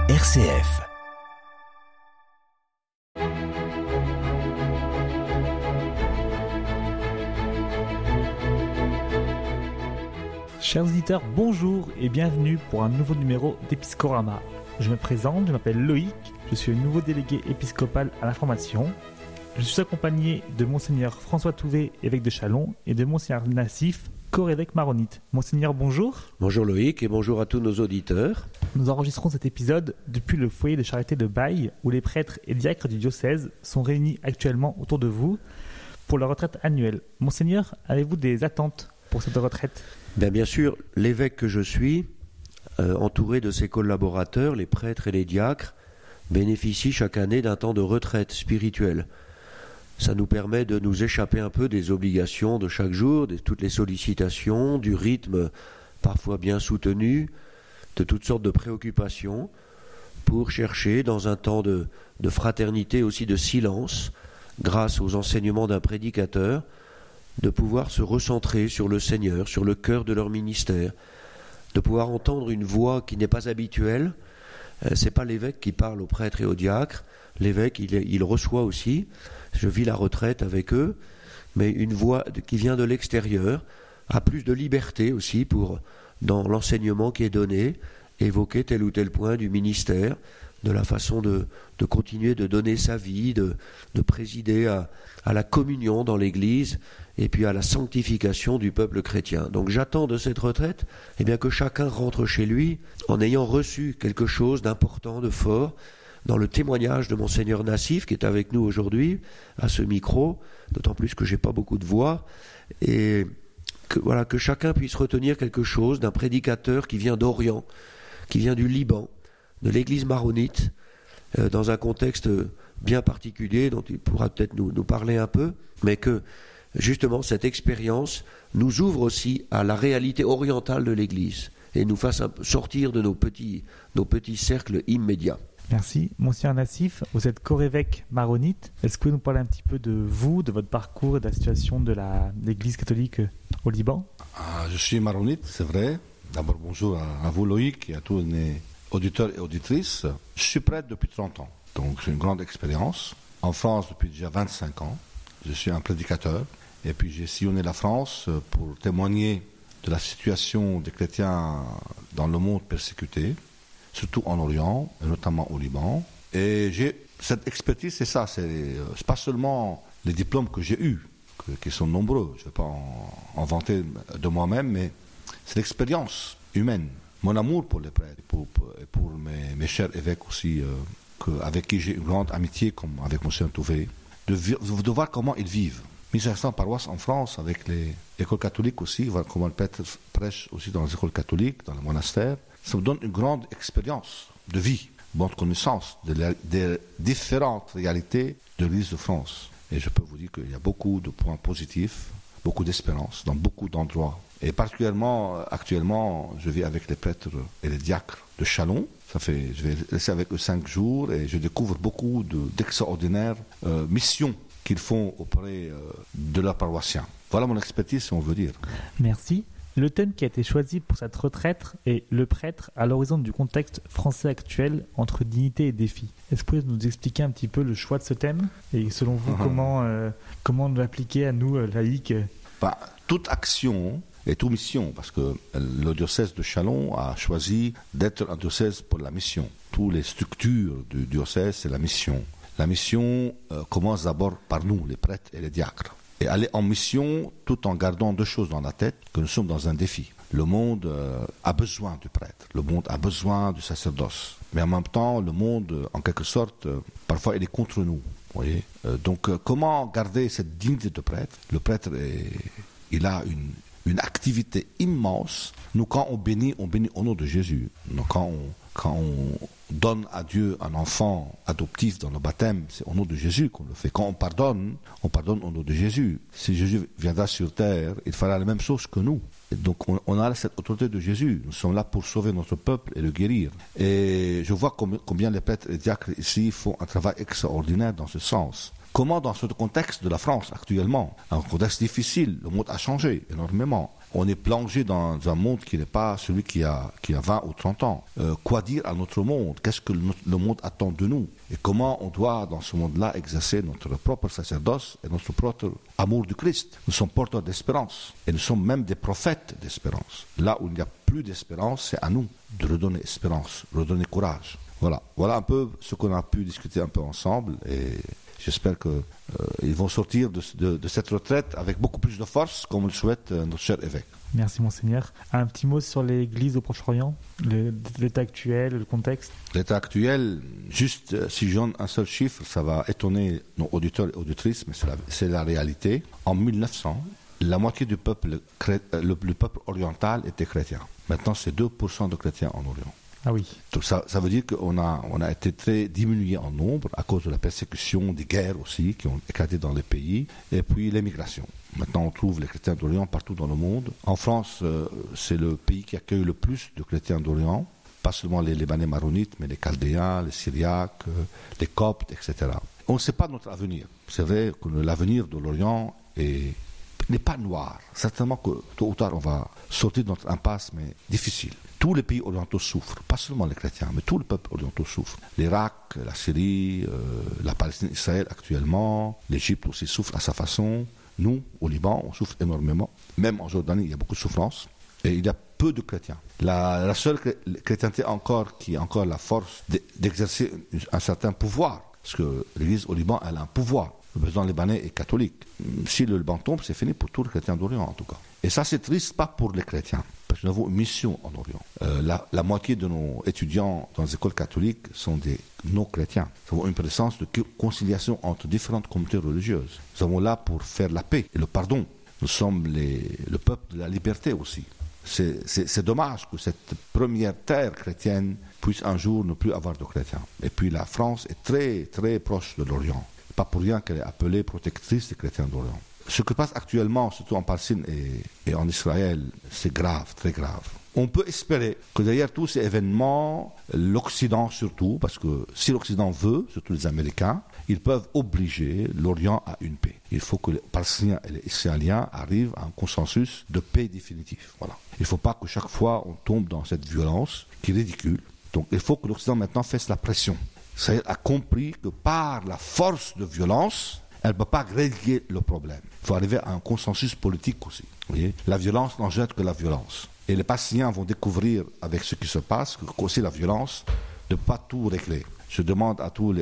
RCF. Chers auditeurs, bonjour et bienvenue pour un nouveau numéro d'Episcorama. Je me présente, je m'appelle Loïc, je suis le nouveau délégué épiscopal à l'information. Je suis accompagné de Monseigneur François Touvet, évêque de Châlons, et de Monseigneur Nassif, co-évêque maronite. Monseigneur, bonjour. Bonjour Loïc et bonjour à tous nos auditeurs. Nous enregistrons cet épisode depuis le foyer de charité de Baye, où les prêtres et diacres du diocèse sont réunis actuellement autour de vous pour leur retraite annuelle. Monseigneur, avez-vous des attentes pour cette retraite ? Bien sûr, l'évêque que je suis, entouré de ses collaborateurs, les prêtres et les diacres, bénéficie chaque année d'un temps de retraite spirituelle. Ça nous permet de nous échapper un peu des obligations de chaque jour, de toutes les sollicitations, du rythme parfois bien soutenu, de toutes sortes de préoccupations, pour chercher dans un temps de fraternité, aussi de silence, grâce aux enseignements d'un prédicateur, de pouvoir se recentrer sur le Seigneur, sur le cœur de leur ministère, de pouvoir entendre une voix qui n'est pas habituelle. C'est pas l'évêque qui parle aux prêtres et aux diacres, l'évêque il reçoit aussi, je vis la retraite avec eux, mais une voix qui vient de l'extérieur, a plus de liberté aussi pour, dans l'enseignement qui est donné, évoquer tel ou tel point du ministère, de la façon de continuer de donner sa vie, de présider à la communion dans l'Église et puis à la sanctification du peuple chrétien. Donc j'attends de cette retraite que chacun rentre chez lui en ayant reçu quelque chose d'important, de fort, dans le témoignage de Monseigneur Nassif qui est avec nous aujourd'hui à ce micro, d'autant plus que j'ai pas beaucoup de voix, et que chacun puisse retenir quelque chose d'un prédicateur qui vient d'Orient, qui vient du Liban, de l'église maronite, dans un contexte bien particulier dont il pourra peut-être nous parler un peu, mais que justement cette expérience nous ouvre aussi à la réalité orientale de l'église et nous fasse sortir de nos petits cercles immédiats. Merci. Monseigneur Nassif, vous êtes co-évêque maronite. Est-ce que vous pouvez nous parler un petit peu de vous, de votre parcours et de la situation de l'Église catholique au Liban ? Je suis maronite, c'est vrai. D'abord, bonjour à vous Loïc et à tous les auditeurs et auditrices. Je suis prêtre depuis 30 ans, donc j'ai une grande expérience. En France depuis déjà 25 ans. Je suis un prédicateur. Et puis j'ai sillonné la France pour témoigner de la situation des chrétiens dans le monde persécuté, surtout en Orient, et notamment au Liban. Et j'ai cette expertise, c'est ça, c'est pas seulement les diplômes que j'ai eus, qui sont nombreux, je ne vais pas en vanter de moi-même, mais c'est l'expérience humaine, mon amour pour les prêtres, et pour mes chers évêques aussi, avec qui j'ai une grande amitié, comme avec M. Touvet, de voir comment ils vivent. 1500 paroisses en France, avec les écoles catholiques aussi, voir comment le prêtre prêche aussi dans les écoles catholiques, dans les monastères. Ça me donne une grande expérience de vie, bonne connaissance des différentes réalités de l'Église de France. Et je peux vous dire qu'il y a beaucoup de points positifs, beaucoup d'espérance dans beaucoup d'endroits. Et particulièrement, actuellement, je vis avec les prêtres et les diacres de Châlons. Je vais rester avec eux 5 jours et je découvre beaucoup d'extraordinaires missions qu'ils font auprès de leurs paroissiens. Voilà mon expertise, si on veut dire. Merci. Le thème qui a été choisi pour cette retraite est le prêtre à l'horizon du contexte français actuel entre dignité et défi. Est-ce que vous pouvez nous expliquer un petit peu le choix de ce thème et selon vous comment l'appliquer à nous laïcs ? Toute action et toute mission, parce que le diocèse de Châlons a choisi d'être un diocèse pour la mission. Toutes les structures du diocèse, c'est la mission. La mission commence d'abord par nous, les prêtres et les diacres. Et aller en mission tout en gardant 2 choses dans la tête, que nous sommes dans un défi. Le monde a besoin du prêtre, le monde a besoin du sacerdoce. Mais en même temps, le monde, en quelque sorte, parfois il est contre nous. Vous voyez donc comment garder cette dignité de prêtre ? Le prêtre, il a une activité immense. Nous, quand on bénit au nom de Jésus. Donc, quand on donne à Dieu un enfant adoptif dans le baptême, c'est au nom de Jésus qu'on le fait. Quand on pardonne au nom de Jésus. Si Jésus viendra sur terre, il fera la même chose que nous. Et donc on a cette autorité de Jésus. Nous sommes là pour sauver notre peuple et le guérir. Et je vois combien les prêtres et diacres ici font un travail extraordinaire dans ce sens. Comment dans ce contexte de la France actuellement, un contexte difficile, le monde a changé énormément. On est plongé dans un monde qui n'est pas celui qui a 20 ou 30 ans. Quoi dire à notre monde? Qu'est-ce que le monde attend de nous? Et comment on doit, dans ce monde-là, exercer notre propre sacerdoce et notre propre amour du Christ? Nous sommes porteurs d'espérance. Et nous sommes même des prophètes d'espérance. Là où il n'y a plus d'espérance, c'est à nous de redonner espérance, redonner courage. Voilà un peu ce qu'on a pu discuter un peu ensemble. Et j'espère qu'ils vont sortir de cette retraite avec beaucoup plus de force, comme le souhaite notre cher évêque. Merci Monseigneur. Un petit mot sur l'Église au Proche-Orient, l'état actuel, le contexte. L'état actuel, juste si je donne un seul chiffre, ça va étonner nos auditeurs et auditrices, mais c'est la réalité. En 1900, la moitié du peuple, le peuple oriental était chrétien. Maintenant, c'est 2% de chrétiens en Orient. Ah oui. Donc ça veut dire qu'on a été très diminué en nombre à cause de la persécution, des guerres aussi qui ont éclaté dans les pays, et puis l'émigration. Maintenant, on trouve les chrétiens d'Orient partout dans le monde. En France, c'est le pays qui accueille le plus de chrétiens d'Orient, pas seulement les Libanais maronites, mais les Chaldéens, les Syriaques, les Coptes, etc. On ne sait pas notre avenir. C'est vrai que l'avenir de l'Orient n'est pas noir. Certainement que tôt ou tard, on va sortir de notre impasse, mais difficile. Tous les pays orientaux souffrent, pas seulement les chrétiens, mais tout le peuple oriental souffre. L'Irak, la Syrie, la Palestine, Israël actuellement, l'Égypte aussi souffre à sa façon. Nous, au Liban, on souffre énormément. Même en Jordanie, il y a beaucoup de souffrance. Et il y a peu de chrétiens. La seule chrétienté qui a encore la force d'exercer un certain pouvoir, parce que l'Église au Liban, elle a un pouvoir. Le président libanais est catholique. Si le Liban tombe, c'est fini pour tous les chrétiens d'Orient, en tout cas. Et ça, c'est triste, pas pour les chrétiens, parce que nous avons une mission en Orient. La moitié de nos étudiants dans les écoles catholiques sont des non-chrétiens. Nous avons une présence de conciliation entre différentes communautés religieuses. Nous sommes là pour faire la paix et le pardon. Nous sommes le peuple de la liberté aussi. C'est dommage que cette première terre chrétienne puisse un jour ne plus avoir de chrétiens. Et puis la France est très, très proche de l'Orient. Pas pour rien qu'elle est appelée protectrice des chrétiens d'Orient. Ce qui se passe actuellement, surtout en Palestine et en Israël, c'est grave, très grave. On peut espérer que derrière tous ces événements, l'Occident surtout, parce que si l'Occident veut, surtout les Américains, ils peuvent obliger l'Orient à une paix. Il faut que les Palestiniens et les Israéliens arrivent à un consensus de paix définitif. Voilà. Il ne faut pas que chaque fois on tombe dans cette violence qui est ridicule. Donc il faut que l'Occident maintenant fasse la pression. Israël a compris que par la force de violence, elle ne peut pas régler le problème. Il faut arriver à un consensus politique aussi. Vous voyez, la violence n'engendre que la violence. Et les Palestiniens vont découvrir avec ce qui se passe qu'aussi la violence ne peut pas tout régler. Je demande à tous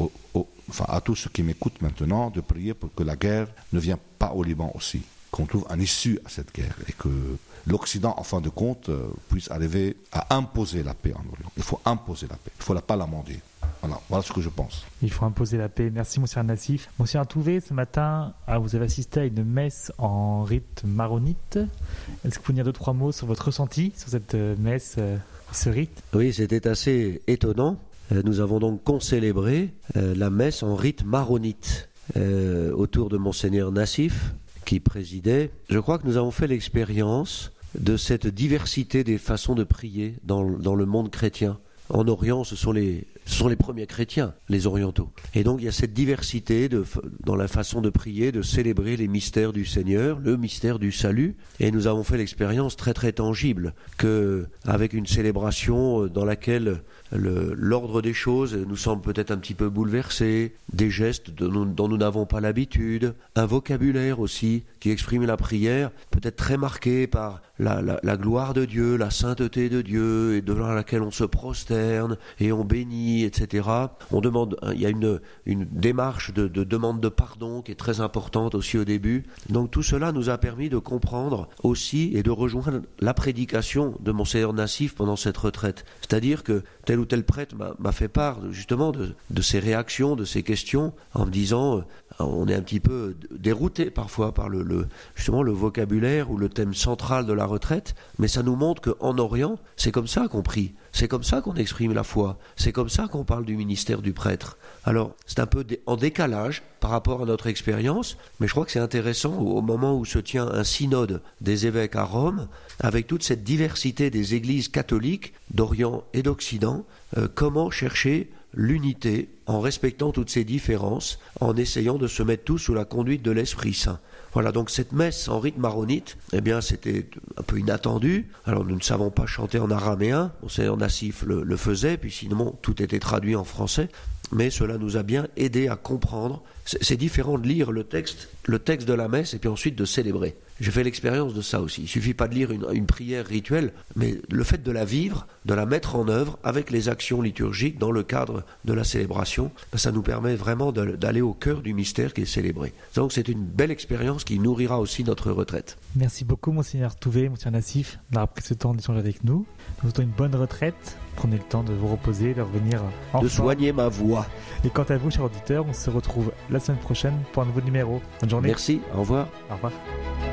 ceux qui m'écoutent maintenant de prier pour que la guerre ne vienne pas au Liban aussi. Qu'on trouve un issue à cette guerre et que l'Occident, en fin de compte, puisse arriver à imposer la paix en Orient. Il faut imposer la paix. Il ne faut pas l'amender. Voilà ce que je pense. Il faut imposer la paix. Merci, Monsieur Nassif. Monsieur Touvé, ce matin, vous avez assisté à une messe en rite maronite. Est-ce que vous pouvez dire 2-3 mots sur votre ressenti sur cette messe, ce rite? Oui, c'était assez étonnant. Nous avons donc concélébré la messe en rite maronite autour de Monseigneur Nassif, qui présidait. Je crois que nous avons fait l'expérience de cette diversité des façons de prier dans le monde chrétien. En Orient, ce sont les premiers chrétiens, les orientaux. Et donc il y a cette diversité dans la façon de prier, de célébrer les mystères du Seigneur, le mystère du salut. Et nous avons fait l'expérience très très tangible qu'avec une célébration dans laquelle l'ordre des choses nous semble peut-être un petit peu bouleversé, des gestes dont nous n'avons pas l'habitude, un vocabulaire aussi qui exprime la prière, peut-être très marqué par la gloire de Dieu, la sainteté de Dieu, et devant laquelle on se prosterne et on bénit, etc. On demande, il y a une démarche de demande de pardon qui est très importante aussi au début. Donc tout cela nous a permis de comprendre aussi et de rejoindre la prédication de Monseigneur Nassif pendant cette retraite. C'est-à-dire que tel ou tel prêtre m'a fait part justement de ses réactions, de ses questions, en me disant on est un petit peu dérouté parfois par justement le vocabulaire ou le thème central de la retraite, mais ça nous montre qu'en Orient, c'est comme ça qu'on prie, c'est comme ça qu'on exprime la foi, c'est comme ça qu'on parle du ministère du prêtre. Alors, c'est un peu en décalage par rapport à notre expérience, mais je crois que c'est intéressant au moment où se tient un synode des évêques à Rome, avec toute cette diversité des églises catholiques d'Orient et d'Occident, comment chercher l'unité en respectant toutes ces différences, en essayant de se mettre tous sous la conduite de l'Esprit Saint. Voilà, donc cette messe en rite maronite, eh bien c'était un peu inattendu. Alors nous ne savons pas chanter en araméen, Monseigneur Nassif le faisait, puis sinon tout était traduit en français, mais cela nous a bien aidé à comprendre. C'est différent de lire le texte de la messe et puis ensuite de célébrer. J'ai fait l'expérience de ça aussi. Il ne suffit pas de lire une prière rituelle, mais le fait de la vivre, de la mettre en œuvre avec les actions liturgiques dans le cadre de la célébration, ça nous permet vraiment d'aller au cœur du mystère qui est célébré. Donc c'est une belle expérience qui nourrira aussi notre retraite. Merci beaucoup Monseigneur Touvet, Monseigneur Nassif, d'avoir pris ce temps d'échanger avec nous. Nous vous souhaitons une bonne retraite. Prenez le temps de vous reposer, de revenir en de forme. Soigner ma voix. Et quant à vous, chers auditeurs, on se retrouve la semaine prochaine pour un nouveau numéro. Bonne journée. Merci, au revoir. Au revoir.